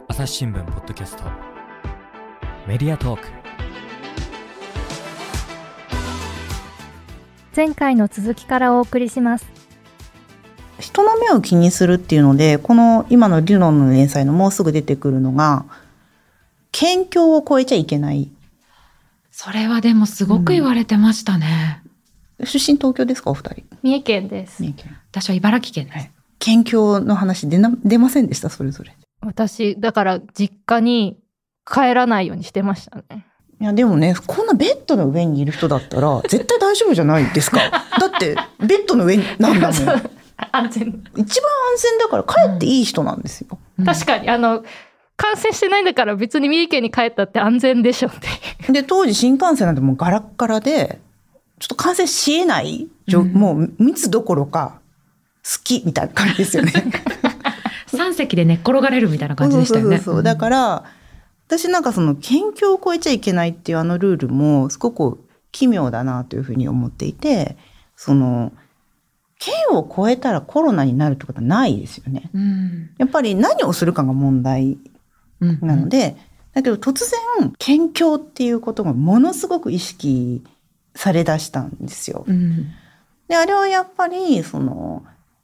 朝日新聞ポッドキャストメディアトーク。 前回の続きからお送りします。 人の目を気にするっていうので、この今の理論の連載のもうすぐ出てくるのが、県境を越えちゃいけない。 それはでもすごく言われてましたね。 出身東京ですか、お二人？ 三重県です。 三重県。 私は茨城県です。はい、 県境の話出ませんでした？それぞれ。 私だから実家に帰らないようにしてましたね。 いやでもね、こんなベッドの上にいる人だったら絶対大丈夫じゃないですか。だってベッドの上なんだもん。 安全。 一番安全だから帰っていい人なんですよ。 確かに感染してないんだから別に三重県に帰ったって安全でしょって。 で当時新幹線なんてもうガラッガラでちょっと感染し得ない、もう密どころか好きみたいな感じですよね。 3席で寝っ転がれるみたいな感じでしたよね。 そうだから私なんかその県境を越えちゃいけないっていうルールもすごく奇妙だなというふうに思っていて、その県を越えたらコロナになるってことはないですよね。やっぱり何をするかが問題なので、だけど突然県境っていうことがものすごく意識されだしたんですよ。であれはやっぱりその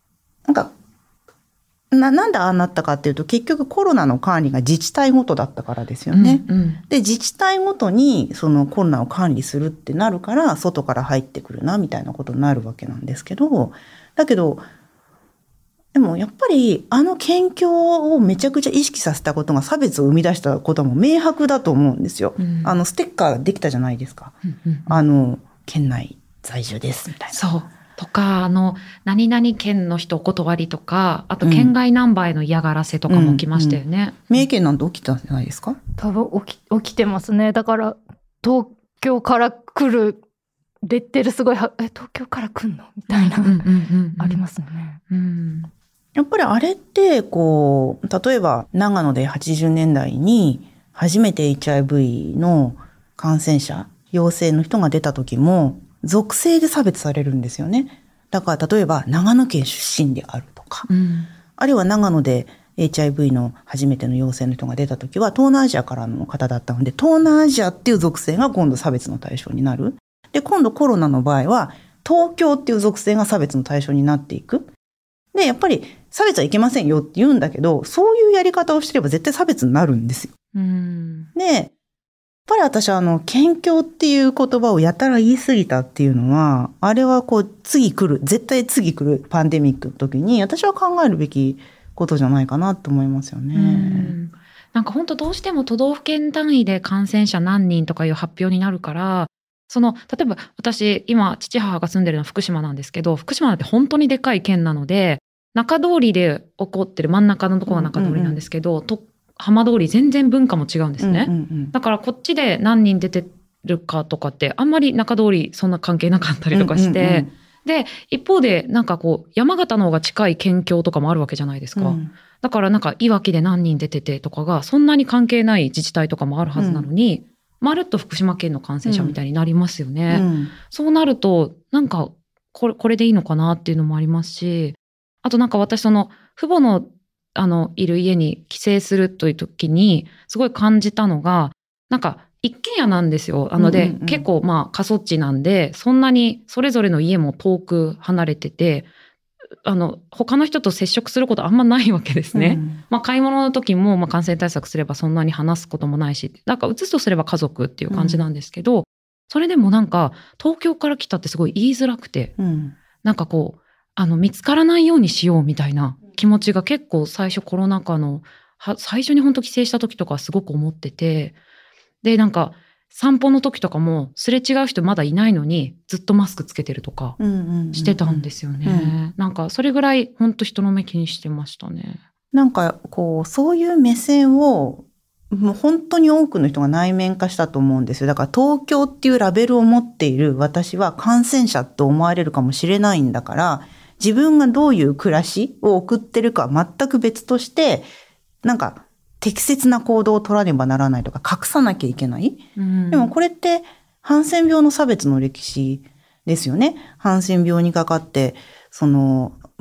なんでああなったかっていうと、結局コロナの管理が自治体ごとだったからですよね。で自治体ごとにそのコロナを管理するってなるから、外から入ってくるなみたいなことになるわけなんですけど、だけどでもやっぱり県境をめちゃくちゃ意識させたことが差別を生み出したことも明白だと思うんですよ。ステッカーできたじゃないですか。県内在住ですみたいな。 そうとか何々県の人お断りとか、あと県外ナンバーへの嫌がらせとかも起きましたよね。 三重県なんて起きたんじゃないですか？ 多分起きてますね。だから東京から来るレッテルすごい東京から来んのみたいなありますね。 やっぱりあれってこう例えば長野で80年代に初めて HIV の感染者陽性の人が出た時も属性で差別されるんですよね。だから例えば長野県出身であるとか、あるいは長野で HIV の初めての陽性の人が出た時は東南アジアからの方だったので、東南アジアっていう属性が今度差別の対象になる。で今度コロナの場合は東京っていう属性が差別の対象になっていく。でやっぱり差別はいけませんよって言うんだけど、そういうやり方をしてれば絶対差別になるんですよ。でやっぱり私県境っていう言葉をやたら言い過ぎたっていうのは、あれはこう絶対次来るパンデミックの時に私は考えるべきことじゃないかなと思いますよね。 なんか本当どうしても都道府県単位で感染者何人とかいう発表になるから、例えば私今父母が住んでるのは福島なんですけど、福島なんて本当にでかい県なので、中通りで起こってる真ん中のところが中通りなんですけど、浜通り全然文化も違うんですね。だからこっちで何人出てるかとかってあんまり中通りそんな関係なかったりとかして、で一方でなんかこう山形の方が近い県境とかもあるわけじゃないですか。だからなんかいわきで何人出ててとかがそんなに関係ない自治体とかもあるはずなのに、まるっと福島県の感染者みたいになりますよね。そうなるとなんかこれでいいのかなっていうのもありますし、あとなんか私父母のいる家に帰省するという時にすごい感じたのが、なんか一軒家なんですよ。で結構過疎地なんで、そんなにそれぞれの家も遠く離れてて、他の人と接触することあんまないわけですね。買い物の時も感染対策すればそんなに話すこともないし、なんか移すとすれば家族っていう感じなんですけど、それでもなんか東京から来たってすごい言いづらくて、なんかこう見つからないようにしようみたいな気持ちが結構最初コロナ禍の最初に本当帰省した時とかすごく思ってて、でなんか散歩の時とかもすれ違う人まだいないのにずっとマスクつけてるとかしてたんですよね。なんかそれぐらい本当人の目気にしてましたね。 なんかこうそういう目線をもう本当に多くの人が内面化したと思うんですよ。だから東京っていうラベルを持っている私は感染者と思われるかもしれないんだから、自分がどういう暮らしを送ってるかは全く別として、なんか適切な行動を取らねばならないとか隠さなきゃいけない。でもこれってハンセン病の差別の歴史ですよね。ハンセン病にかかって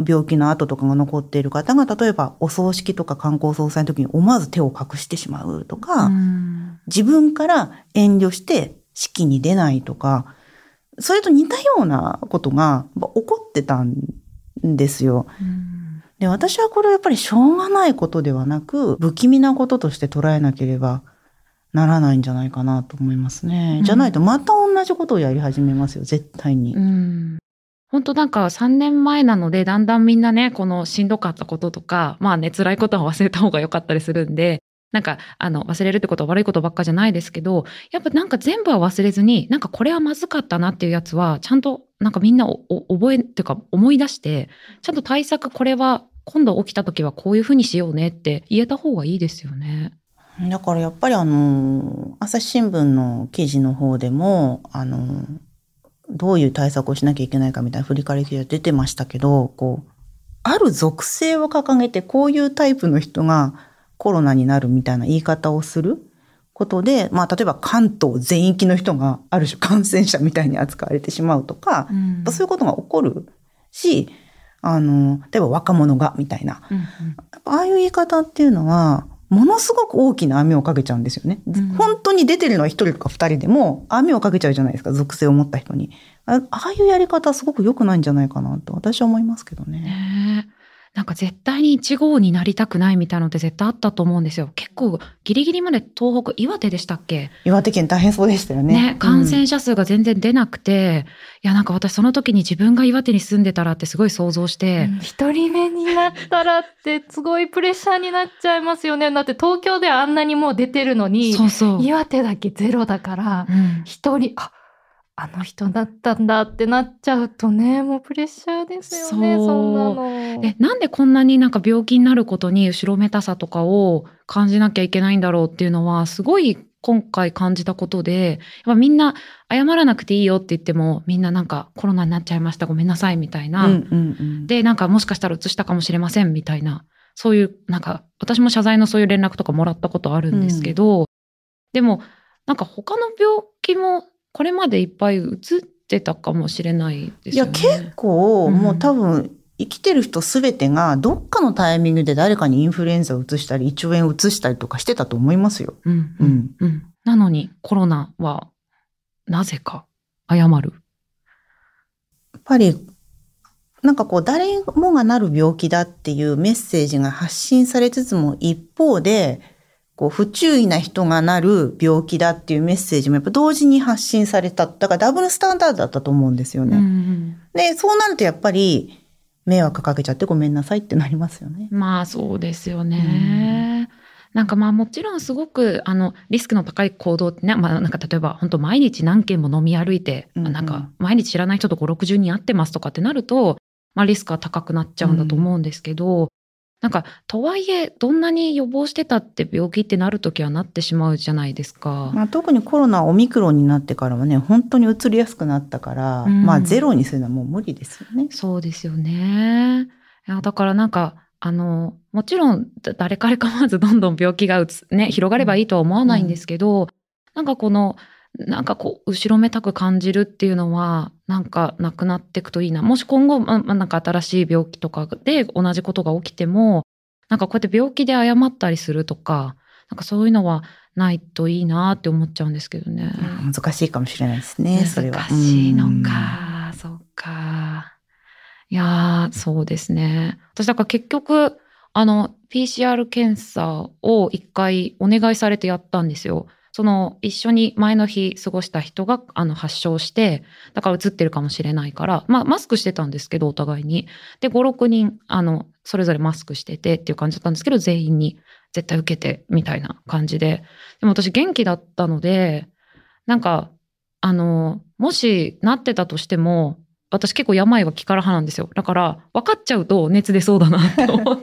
病気の跡とかが残っている方が、例えばお葬式とか観光総裁の時に思わず手を隠してしまうとか、自分から遠慮して式に出ないとか、それと似たようなことが起こってたんですよ。で、私はこれはやっぱりしょうがないことではなく、不気味なこととして捉えなければならないんじゃないかなと思いますね。じゃないとまた同じことをやり始めますよ、絶対に。 本当なんか3年前なので、だんだんみんなね、このしんどかったこととか、まあね、辛いことは忘れた方が良かったりするんで、なんか、忘れるってことは悪いことばっかじゃないですけど、やっぱなんか全部は忘れずに、なんかこれはまずかったなっていうやつは、ちゃんとなんかみんな覚え、っていうか思い出して、ちゃんと対策、これは今度起きた時はこういうふうにしようねって言えた方がいいですよね。 だからやっぱり朝日新聞の記事の方でも、どういう対策をしなきゃいけないかみたいな振り返り記事が出てましたけど、ある属性を掲げて、こういうタイプの人がコロナになるみたいな言い方をすることで、まあ、例えば関東全域の人がある種感染者みたいに扱われてしまうとか、そういうことが起こるし、例えば若者がみたいな、ああいう言い方っていうのは、ものすごく大きな網をかけちゃうんですよね。本当に出てるのは1人とか2人でも網をかけちゃうじゃないですか、属性を持った人に。ああいうやり方はすごく良くないんじゃないかなと私は思いますけどね。 なんか絶対に1号になりたくないみたいなのって絶対あったと思うんですよ。結構ギリギリまで東北、岩手でしたっけ？ 岩手県大変そうでしたよね。 感染者数が全然出なくて、いやなんか私その時に自分が岩手に住んでたらってすごい想像して。 一人目になったらってすごいプレッシャーになっちゃいますよね。だって東京ではあんなにもう出てるのに、岩手だけゼロだから、一人、あの人だったんだってなっちゃうとね、もうプレッシャーですよね、そんなの。 なんでこんなになんか病気になることに後ろめたさとかを感じなきゃいけないんだろうっていうのはすごい今回感じたことで、やっぱみんな謝らなくていいよって言ってもみんななんかコロナになっちゃいましたごめんなさいみたいな、でなんかもしかしたら移したかもしれませんみたいな、そういうなんか私も謝罪のそういう連絡とかもらったことあるんですけど、でもなんか他の病気もこれまでいっぱい移ってたかもしれないですよね。 いや結構もう多分生きてる人すべてがどっかのタイミングで誰かにインフルエンザを移したり胃腸炎を移したりとかしてたと思いますよ。 なのにコロナはなぜか謝る。 やっぱりなんか誰もがなる病気だっていうメッセージが発信されつつも一方で不注意な人がなる病気だっていうメッセージもやっぱ同時に発信された。だからダブルスタンダードだったと思うんですよね。で、そうなるとやっぱり迷惑かけちゃってごめんなさいってなりますよね。 まあそうですよね。なんかまあもちろんすごくリスクの高い行動ってね、まあなんか例えば本当毎日何軒も飲み歩いて、なんか毎日知らない人と5、60人会ってますとかってなると、まあリスクは高くなっちゃうんだと思うんですけど、なんかとはいえどんなに予防してたって病気ってなるときはなってしまうじゃないですか。 まあ、特にコロナオミクロンになってからはね本当に移りやすくなったから、まあゼロにするのはもう無理ですよね。 そうですよね。いやだからなんかもちろん誰彼構わずどんどん病気が広がればいいとは思わないんですけど、なんかなんか後ろめたく感じるっていうのはなんかなくなっていくといいな。もし今後、なんか新しい病気とかで同じことが起きても、なんかこうやって病気で謝ったりするとか、なんかそういうのはないといいなって思っちゃうんですけどね。 難しいかもしれないですね、それは。 難しいのか、そっか。いやー、そうですね。私だから結局、PCR 検査を一回お願いされてやったんですよ。一緒に前の日過ごした人が発症して、だから移ってるかもしれないから、まあマスクしてたんですけど、お互いに。で、5、6人、それぞれマスクしててっていう感じだったんですけど、全員に絶対受けて、みたいな感じで。でも私元気だったので、なんか、もしなってたとしても、私結構病は気から派なんですよ。だから、分かっちゃうと熱出そうだなって思って、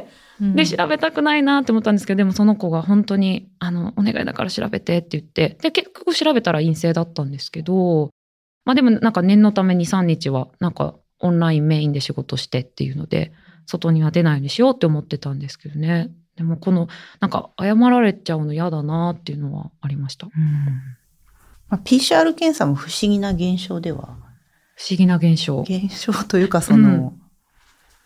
で、調べたくないなって思ったんですけど、でもその子が本当に、お願いだから調べてって言って、で、結局調べたら陰性だったんですけど、まあでもなんか念のため2、3日は、なんかオンラインメインで仕事してっていうので、外には出ないようにしようって思ってたんですけどね。でもなんか謝られちゃうの嫌だなっていうのはありました。 まあ、PCR 検査も不思議な現象では。 不思議な現象。 現象というか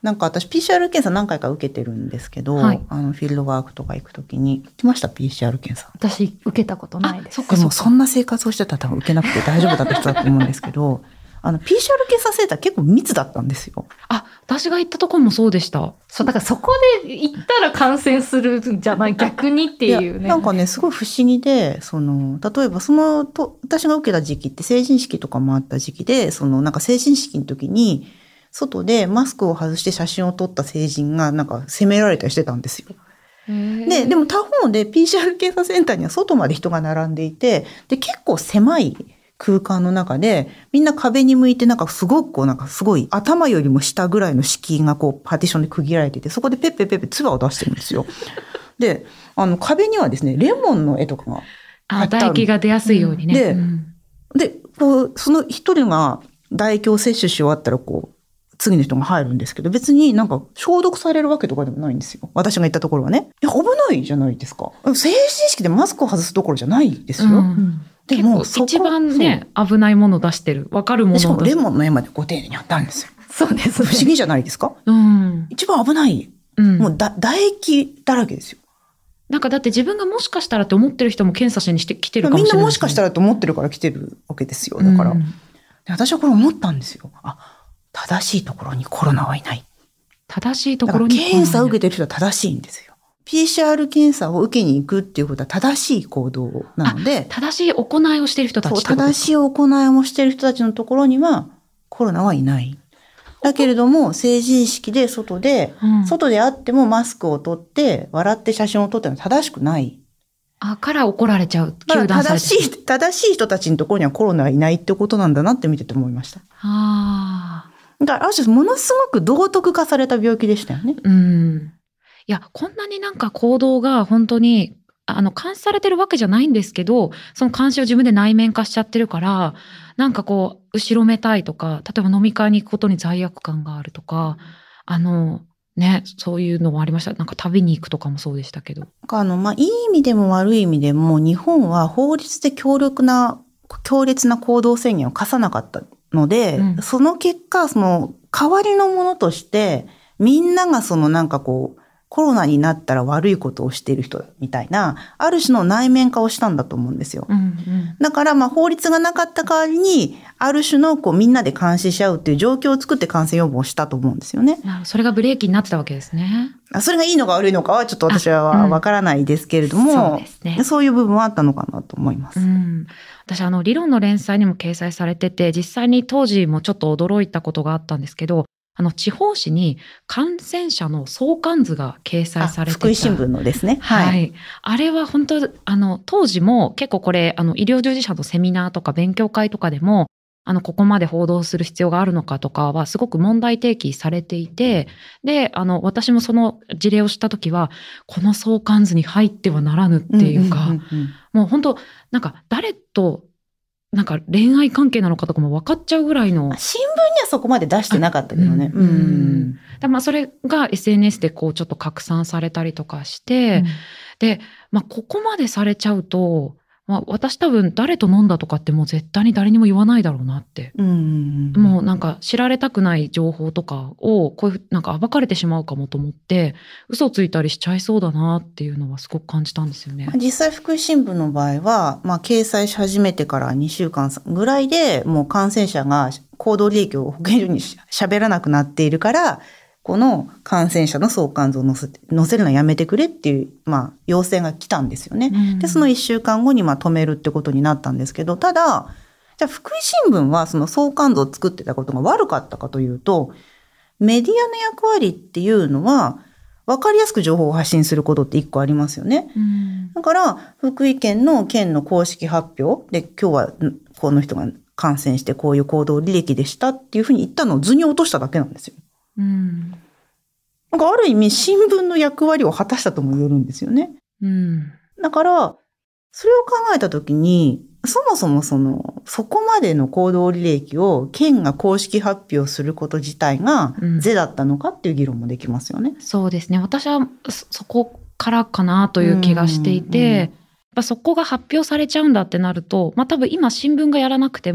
なんか私 PCR 検査何回か受けてるんですけど、 はい、 フィールドワークとか行くときに来ました PCR 検査。 私受けたことないです。 でもそんな生活をしてたら多分受けなくて大丈夫だった人だと思うんですけどPCR 検査センター結構密だったんですよ。 私が行ったところもそうでした。 そう、だからそこで行ったら感染するんじゃない逆にっていうね。 なんかね、すごい不思議で、例えば私が受けた時期って成人式とかもあった時期で、なんか成人式の時に、外でマスクを外して写真を撮った成人がなんか責められたりしてたんですよ。でも他方で PCR 検査センターには外まで人が並んでいて、で、結構狭い空間の中で、みんな壁に向いてなんかすごくなんかすごい頭よりも下ぐらいの敷居がパーティションで区切られていて、そこでペッペペッペ唾を出してるんですよ。で、壁にはですね、レモンの絵とかが貼ってある。 唾液が出やすいようにね。 で、その一人が唾液を摂取し終わったら次の人が入るんですけど、別になんか消毒されるわけとかでもないんですよ。私が行ったところはね。いや、危ないじゃないですか。成人式でマスクを外すところじゃないですよ。 でも一番ね、危ないもの出してる。わかるものを出してる。 しかもレモンの絵までご丁寧にあったんですよ。 そうですね。 不思議じゃないですか？一番危ない。もう唾液だらけですよ。 なんかだって自分がもしかしたらって思ってる人も検査しにして来てるかもしれない、 みんなもしかしたらと思ってるから来てるわけですよ。だから。で私はこれ思ったんですよ。正しいところにコロナはいない。 正しいところに検査を受けてる人は正しいんですよ。PCR 検査を受けに行くっていうことは正しい行動なので。 正しい行いをしている人たち。 正しい行いをしている人たちのところにはコロナはいない。だけれども、成人式で外であってもマスクを取って笑って写真を撮ってのは正しくない。 から怒られちゃう。 正しい人たちのところにはコロナはいないってことなんだなって見てて思いました。だから、ものすごく道徳化された病気でしたよね。 いや、こんなになんか行動が本当に、監視されてるわけじゃないんですけど、その監視を自分で内面化しちゃってるから、なんか後ろめたいとか、例えば飲み会に行くことに罪悪感があるとか、ね、そういうのもありました。なんか旅に行くとかもそうでしたけど。 いい意味でも悪い意味でも、日本は法律で強烈な行動制限を課さなかったので、その結果、代わりのものとして、みんながコロナになったら悪いことをしている人みたいな、ある種の内面化をしたんだと思うんですよ。だから法律がなかった代わりに、ある種のみんなで監視し合うっていう状況を作って感染予防をしたと思うんですよね。 それがブレーキになってたわけですね。 それがいいのか悪いのかはちょっと私はわからないですけれども、そういう部分はあったのかなと思います。 私理論の連載にも掲載されてて、実際に当時もちょっと驚いたことがあったんですけど、地方紙に感染者の相関図が掲載されてた。 福井新聞のですね。 はい。あれは本当、当時も結構これ、医療従事者のセミナーとか勉強会とかでも、ここまで報道する必要があるのかとかはすごく問題提起されていて、で、私もその事例を知ったときは、この相関図に入ってはならぬっていうか、もう本当、なんか誰と、なんか恋愛関係なのかとかも分かっちゃうぐらいの。 新聞にはそこまで出してなかったけどね。 それが SNS でちょっと拡散されたりとかして、で、ここまでされちゃうと、私多分誰と飲んだとかってもう絶対に誰にも言わないだろうなって。もうなんか知られたくない情報とかをこういうなんか暴かれてしまうかもと思って嘘ついたりしちゃいそうだなっていうのはすごく感じたんですよね。 実際福井新聞の場合は、掲載し始めてから2週間ぐらいでもう感染者が行動履歴を保健所に喋らなくなっているから、この感染者の相関図を載せるのやめてくれっていう、要請が来たんですよね。で、その1週間後に止めるってことになったんですけど、ただ、じゃあ福井新聞はその相関図を作ってたことが悪かったかというと、メディアの役割っていうのは、分かりやすく情報を発信することって1個ありますよね。だから、福井県の公式発表で、今日はこの人が感染してこういう行動履歴でしたっていうふうに言ったのを図に落としただけなんですよ。なんかある意味新聞の役割を果たしたとも言えるんですよね。だからそれを考えたときにそもそもそこまでの行動履歴を県が公式発表すること自体が是だったのかっていう議論もできますよね。 そうですね。私はそこからかなという気がしていて、やっぱそこが発表されちゃうんだってなると、多分今新聞がやらなくても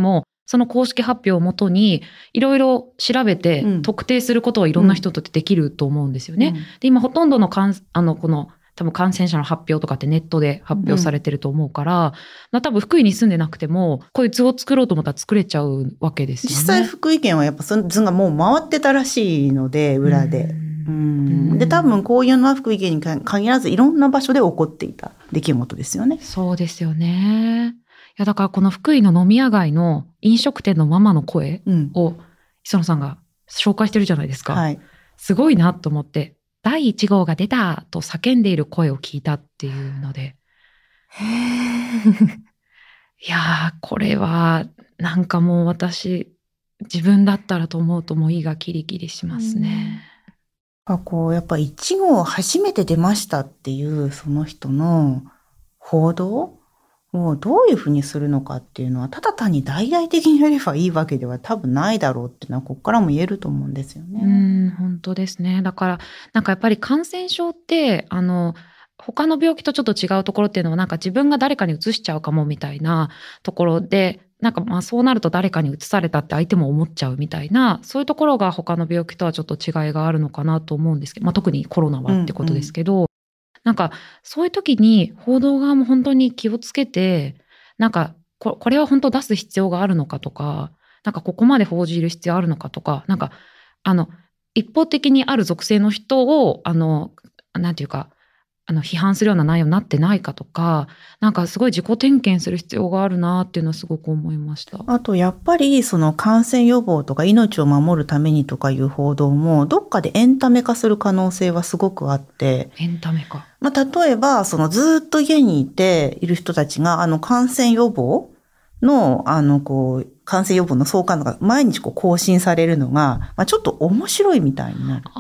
その公式発表をもとにいろいろ調べて特定することはいろんな人とってできると思うんですよね。で今ほとんどのこの多分感染者の発表とかってネットで発表されてると思うから、多分福井に住んでなくてもこういう図を作ろうと思ったら作れちゃうわけですよね。 実際福井県はやっぱその図がもう回ってたらしいので、裏で。で、多分こういうのは福井県に限らずいろんな場所で起こっていた出来事ですよね。 そうですよね。いやだからこの福井の飲み屋街の飲食店のママの声を磯野さんが紹介してるじゃないですか。はい、すごいなと思って。第1号が出たと叫んでいる声を聞いたっていうので。いやー、これはなんかもう私、自分だったらと思うともう胃がキリキリしますね。 やっぱ1号初めて出ましたっていうその人の報道をどういうふうにするのかっていうのは、ただ単に大々的にやればいいわけでは多分ないだろうっていうのはここからも言えると思うんですよね。 本当ですね。だからなんかやっぱり感染症って他の病気とちょっと違うところっていうのはなんか自分が誰かに移しちゃうかもみたいなところで、なんかそうなると誰かに移されたって相手も思っちゃうみたいな、そういうところが他の病気とはちょっと違いがあるのかなと思うんですけど、特にコロナはってことですけど、なんかそういう時に報道側も本当に気をつけて、なんかこれは本当出す必要があるのかとか、なんかここまで報じる必要あるのかとか、なんか一方的にある属性の人をなんていうか批判するような内容になってないかとか、なんかすごい自己点検する必要があるなっていうのはすごく思いました。 あとやっぱりその感染予防とか命を守るためにとかいう報道もどっかでエンタメ化する可能性はすごくあって。 エンタメ化。 例えばずっと家にいている人たちが感染予防の感染予防の相関が毎日更新されるのが、ちょっと面白いみたいになる。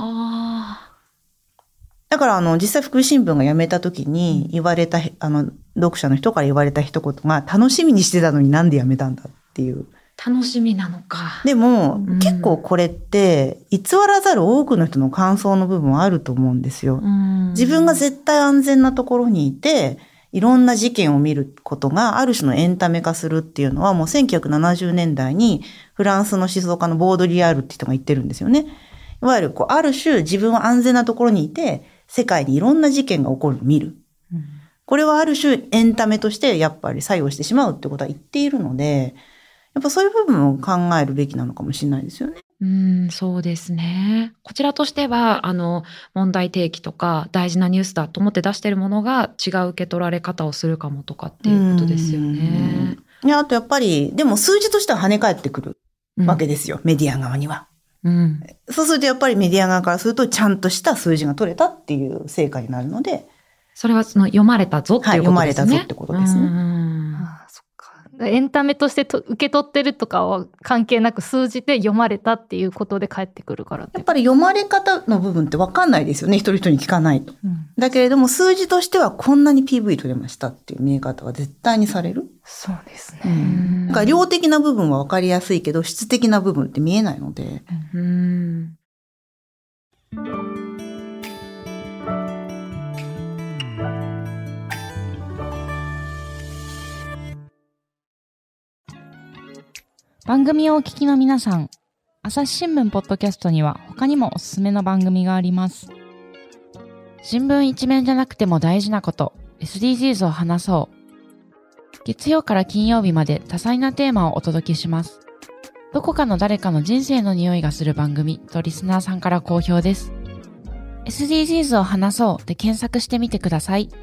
だから実際福井新聞が辞めた時に言われた、読者の人から言われた一言が、楽しみにしてたのになんで辞めたんだっていう。 楽しみなのか。 でも、結構これって偽らざる多くの人の感想の部分はあると思うんですよ。自分が絶対安全なところにいて、いろんな事件を見ることがある種のエンタメ化するっていうのはもう1970年代にフランスの思想家のボードリアールって人が言ってるんですよね。いわゆるある種自分は安全なところにいて、世界にいろんな事件が起こるのを見る。これはある種エンタメとしてやっぱり作用してしまうってことは言っているので、やっぱそういう部分を考えるべきなのかもしれないですよね。 そうですね。こちらとしては問題提起とか大事なニュースだと思って出しているものが違う受け取られ方をするかもとかっていうことですよね。 あとやっぱりでも数字としては跳ね返ってくるわけですよ、メディア側には。そうするとやっぱりメディア側からするとちゃんとした数字が取れたっていう成果になるので、 それは読まれたぞっていうことですね。 読まれたぞってことですね。 そっか。エンタメとして受け取ってるとかは関係なく数字で読まれたっていうことで返ってくるから。 やっぱり読まれ方の部分って分かんないですよね、一人一人に聞かないと。だけれども数字としてはこんなに PV 取れましたっていう見え方は絶対にされる。 そうですね。 だから量的な部分は分かりやすいけど質的な部分って見えないので。 番組をお聞きの皆さん、朝日新聞ポッドキャストには他にもおすすめの番組があります。新聞一面じゃなくても大事なこと、SDGs を話そう。月曜から金曜日まで多彩なテーマをお届けします。どこかの誰かの人生の匂いがする番組とリスナーさんから好評です。SDGs を話そうで検索してみてください。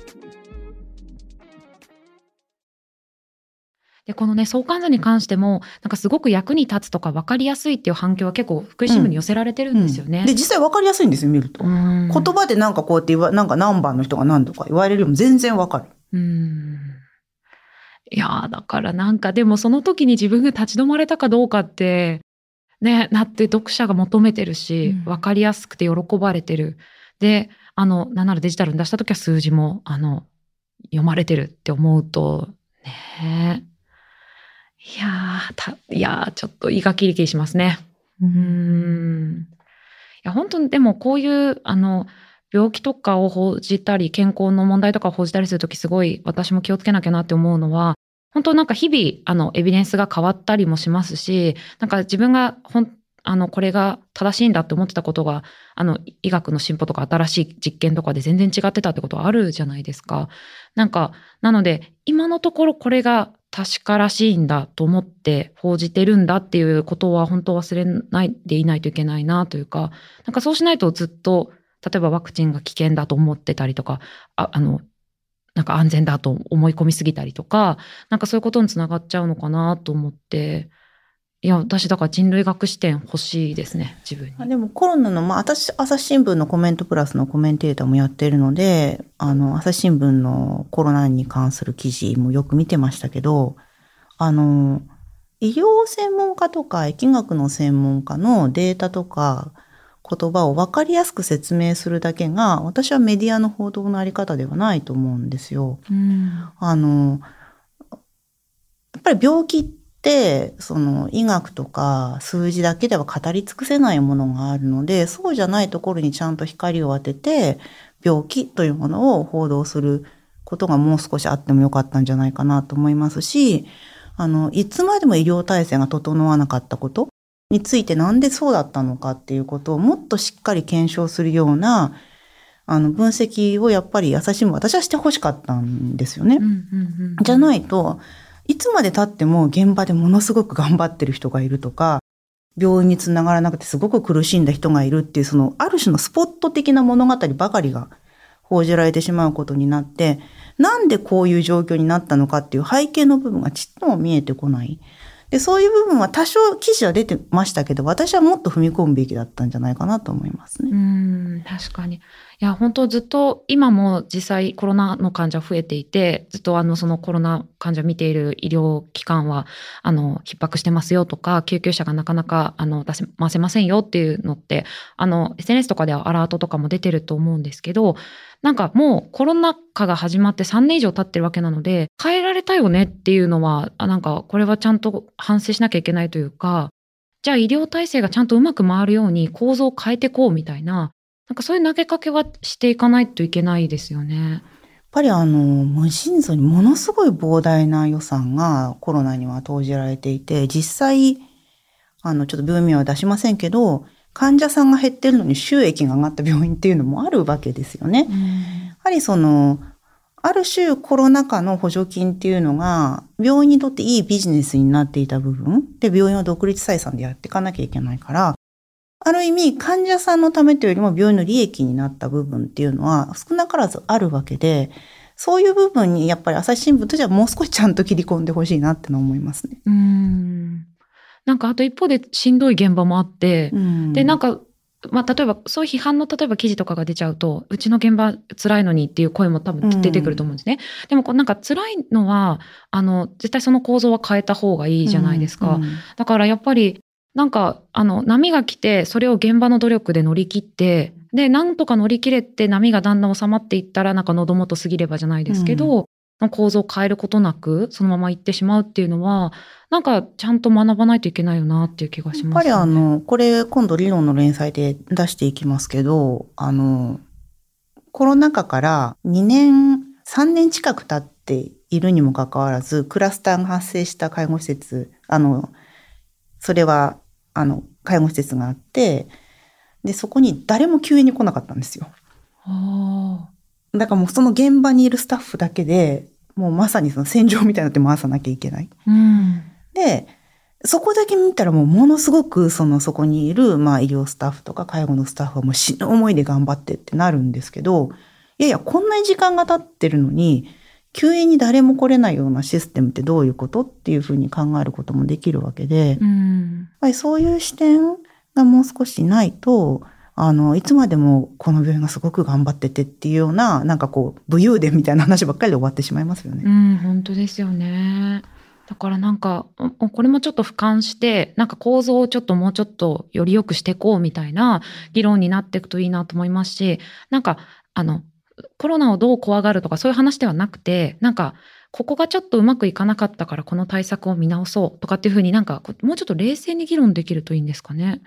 でこのね相関図に関してもなんかすごく役に立つとか分かりやすいっていう反響は結構福井新聞に寄せられてるんですよね。 で実際分かりやすいんですよ見ると。言葉でなんかこうやってなんか何番の人が何とか言われるよりも全然分かる。 いやだからなんかでもその時に自分が立ち止まれたかどうかってねなって読者が求めてるし、分かりやすくて喜ばれてる。でなんならデジタルに出した時は数字も読まれてるって思うとねいやちょっと胃がキリキリしますね。いや本当にでもこういう病気とかを報じたり健康の問題とかを報じたりするときすごい私も気をつけなきゃなって思うのは本当なんか日々エビデンスが変わったりもしますし、なんか自分がこれが正しいんだって思ってたことが、医学の進歩とか新しい実験とかで全然違ってたってことはあるじゃないですか。なので、今のところこれが確からしいんだと思って報じてるんだっていうことは本当忘れないでいないといけないなというか、なんかそうしないとずっと、例えばワクチンが危険だと思ってたりとか、なんか安全だと思い込みすぎたりとか、なんかそういうことにつながっちゃうのかなと思って、いや、私だから人類学視点欲しいですね、自分に。 でもコロナの、私、朝日新聞のコメントプラスのコメンテーターもやってるので、朝日新聞のコロナに関する記事もよく見てましたけど、医療専門家とか疫学の専門家のデータとか言葉を分かりやすく説明するだけが、私はメディアの報道のあり方ではないと思うんですよ。やっぱり病気ってその医学とか数字だけでは語り尽くせないものがあるので、そうじゃないところにちゃんと光を当てて病気というものを報道することがもう少しあってもよかったんじゃないかなと思いますし、いつまでも医療体制が整わなかったことについてなんでそうだったのかっていうことをもっとしっかり検証するような分析をやっぱり朝日新聞私はしてほしかったんですよね。じゃないといつまで経っても現場でものすごく頑張ってる人がいるとか、病院につながらなくてすごく苦しんだ人がいるっていう、そのある種のスポット的な物語ばかりが報じられてしまうことになって、なんでこういう状況になったのかっていう背景の部分がちっとも見えてこない。で、そういう部分は多少記事は出てましたけど、私はもっと踏み込むべきだったんじゃないかなと思いますね。 確かに。いや、本当ずっと今も実際コロナの患者増えていて、ずっとそのコロナ患者見ている医療機関は逼迫してますよとか、救急車がなかなか回せませんよっていうのってSNS とかではアラートとかも出てると思うんですけど、なんかもうコロナ禍が始まって3年以上経ってるわけなので、変えられたよねっていうのはなんかこれはちゃんと反省しなきゃいけないというか、じゃあ医療体制がちゃんとうまく回るように構造を変えていこうみたいな、なんかそういう投げかけはしていかないといけないですよね。 やっぱり無尽蔵にものすごい膨大な予算がコロナには投じられていて、実際ちょっと病院名は出しませんけど、患者さんが減ってるのに収益が上がった病院っていうのもあるわけですよね。やはりある種コロナ禍の補助金っていうのが病院にとっていいビジネスになっていた部分で、病院は独立採算でやっていかなきゃいけないから、ある意味患者さんのためというよりも病院の利益になった部分っていうのは少なからずあるわけで、そういう部分にやっぱり朝日新聞としてはもう少しちゃんと切り込んでほしいなっての思いますね。 なんかあと一方でしんどい現場もあって、でなんか例えばそういう批判の例えば記事とかが出ちゃうと、うちの現場辛いのにっていう声も多分出てくると思うんですね。でもなんか辛いのは絶対その構造は変えた方がいいじゃないですか。だからやっぱりなんか波が来てそれを現場の努力で乗り切って、でなんとか乗り切れて波がだんだん収まっていったら、なんか喉元過ぎればじゃないですけど、構造を変えることなくそのまま行ってしまうっていうのは、なんかちゃんと学ばないといけないよなっていう気がしますね。 やっぱりこれ今度理論の連載で出していきますけど、コロナ禍から2年3年近く経っているにもかかわらず、クラスターが発生した介護施設、それは介護施設があって、でそこに誰も救援に来なかったんですよ。だからもうその現場にいるスタッフだけでもうまさにその戦場みたいになって回さなきゃいけない。でそこだけ見たらものすごくそこにいる医療スタッフとか介護のスタッフはもう死ぬ思いで頑張ってってなるんですけど、いやこんなに時間が経ってるのに救援に誰も来れないようなシステムってどういうことっていうふうに考えることもできるわけで、やっぱりそういう視点がもう少しないと、いつまでもこの病院がすごく頑張っててっていうような、なんか武勇伝みたいな話ばっかりで終わってしまいますよね。 本当ですよね。だからなんかこれもちょっと俯瞰して、なんか構造をちょっともうちょっとより良くしていこうみたいな議論になっていくといいなと思いますし、なんかコロナをどう怖がるとかそういう話ではなくて、なんかここがちょっとうまくいかなかったからこの対策を見直そうとかっていうふうに、なんかもうちょっと冷静に議論できるといいんですかね。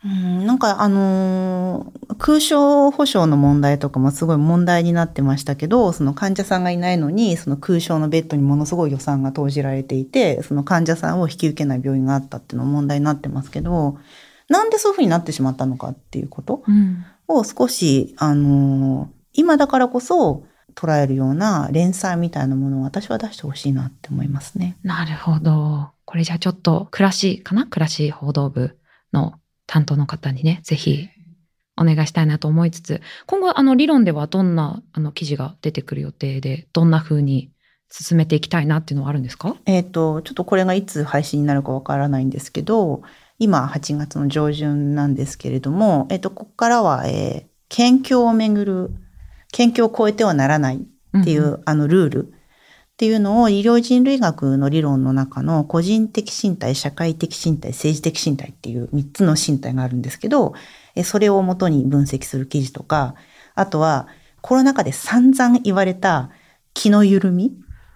なんか空床保障の問題とかもすごい問題になってましたけど、その患者さんがいないのにその空床のベッドにものすごい予算が投じられていて、その患者さんを引き受けない病院があったっていうのも問題になってますけど、なんでそういうふうになってしまったのかっていうことを少し、今だからこそ捉えるような連載みたいなものを私は出してほしいなって思いますね。 なるほど。これじゃあちょっと暮らし報道部の担当の方にね、ぜひお願いしたいなと思いつつ、今後理論ではどんな記事が出てくる予定で、どんな風に進めていきたいなっていうのはあるんですか？ ちょっとこれがいつ配信になるかわからないんですけど、今8月の上旬なんですけれども、ここからは、県境をめぐる、県境を越えてはならないっていう、ルールっていうのを医療人類学の理論の中の個人的身体、社会的身体、政治的身体っていう3つの身体があるんですけど、それをもとに分析する記事とか、あとはコロナ禍で散々言われた気の緩み、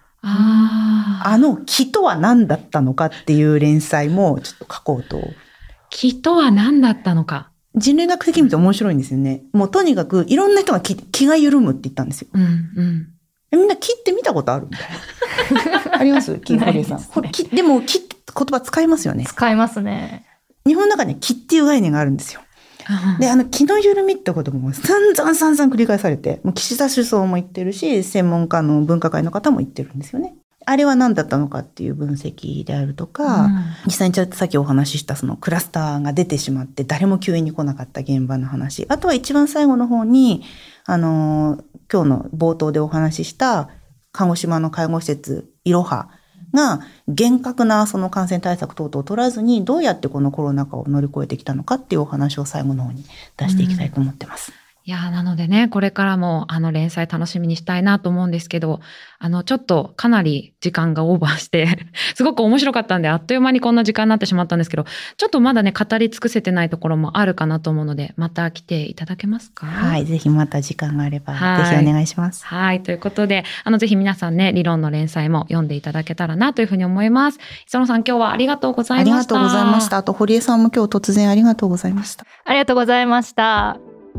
気とは何だったのかっていう連載もちょっと書こうと。 気とは何だったのか。 人類学的に見て面白いんですよね。もうとにかくいろんな人が気が緩むって言ったんですよ。みんな気って見たことあるみたいな。あります？気、堀江さん。でも気って言葉使いますよね。 使いますね。 日本の中に気っていう概念があるんですよ。で、気の緩みってことも散々繰り返されて、もう岸田首相も言ってるし、専門家の分科会の方も言ってるんですよね。あれは何だったのかっていう分析であるとか、実際にさっきお話ししたそのクラスターが出てしまって誰も救援に来なかった現場の話。あとは一番最後の方に、今日の冒頭でお話しした鹿児島の介護施設いろはが厳格なその感染対策等々を取らずにどうやってこのコロナ禍を乗り越えてきたのかっていうお話を最後の方に出していきたいと思ってます。 いや、なのでね、これからも連載楽しみにしたいなと思うんですけど、ちょっとかなり時間がオーバーしてすごく面白かったんで、あっという間にこんな時間になってしまったんですけど、ちょっとまだね語り尽くせてないところもあるかなと思うので、また来ていただけますか？ はい、ぜひまた時間があればぜひお願いします。 はい、ということでぜひ皆さんね、理論の連載も読んでいただけたらなというふうに思います。磯野さん、今日はありがとうございました。 ありがとうございました。あと堀江さんも今日突然ありがとうございました。 ありがとうございました。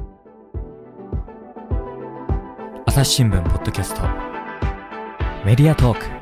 朝日新聞ポッドキャストメディアトーク。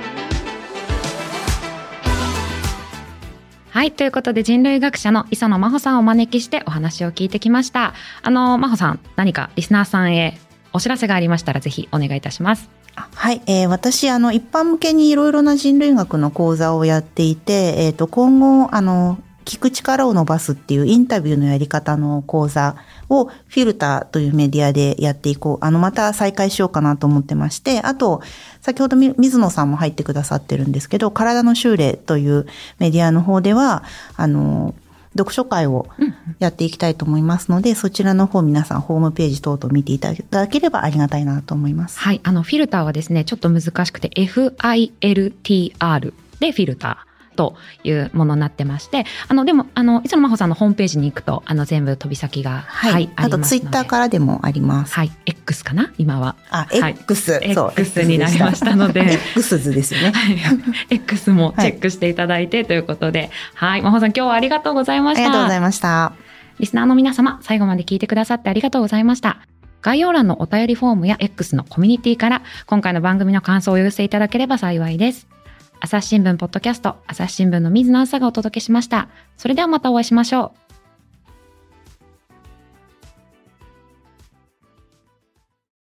はい、ということで人類学者の磯野真帆さんをお招きしてお話を聞いてきました。真帆さん、何かリスナーさんへお知らせがありましたらぜひお願いいたします。 はい、私一般向けにいろいろな人類学の講座をやっていて、今後聞く力を伸ばすっていうインタビューのやり方の講座をフィルターというメディアでやっていこう。また再開しようかなと思ってまして、あと、先ほど水野さんも入ってくださってるんですけど、体の修練というメディアの方では、読書会をやっていきたいと思いますので、そちらの方皆さんホームページ等々見ていただければありがたいなと思います。 はい、フィルターはですね、ちょっと難しくて FILTR でフィルターというものになってまして、でも磯野真帆さんのホームページに行くと全部飛び先が、 はい、あとツイッターからでもあります。 はい、X かな今は。 X、 そう X になりましたので X 図ですよね。 はい、X もチェックしていただいてということで、はい、真帆さん今日はありがとうございました。 ありがとうございました。 リスナーの皆様、最後まで聞いてくださってありがとうございました。概要欄のお便りフォームや X のコミュニティから今回の番組の感想をお寄せいただければ幸いです。朝日新聞ポッドキャスト、朝日新聞の水野朝がお届けしました。それではまたお会いしましょう。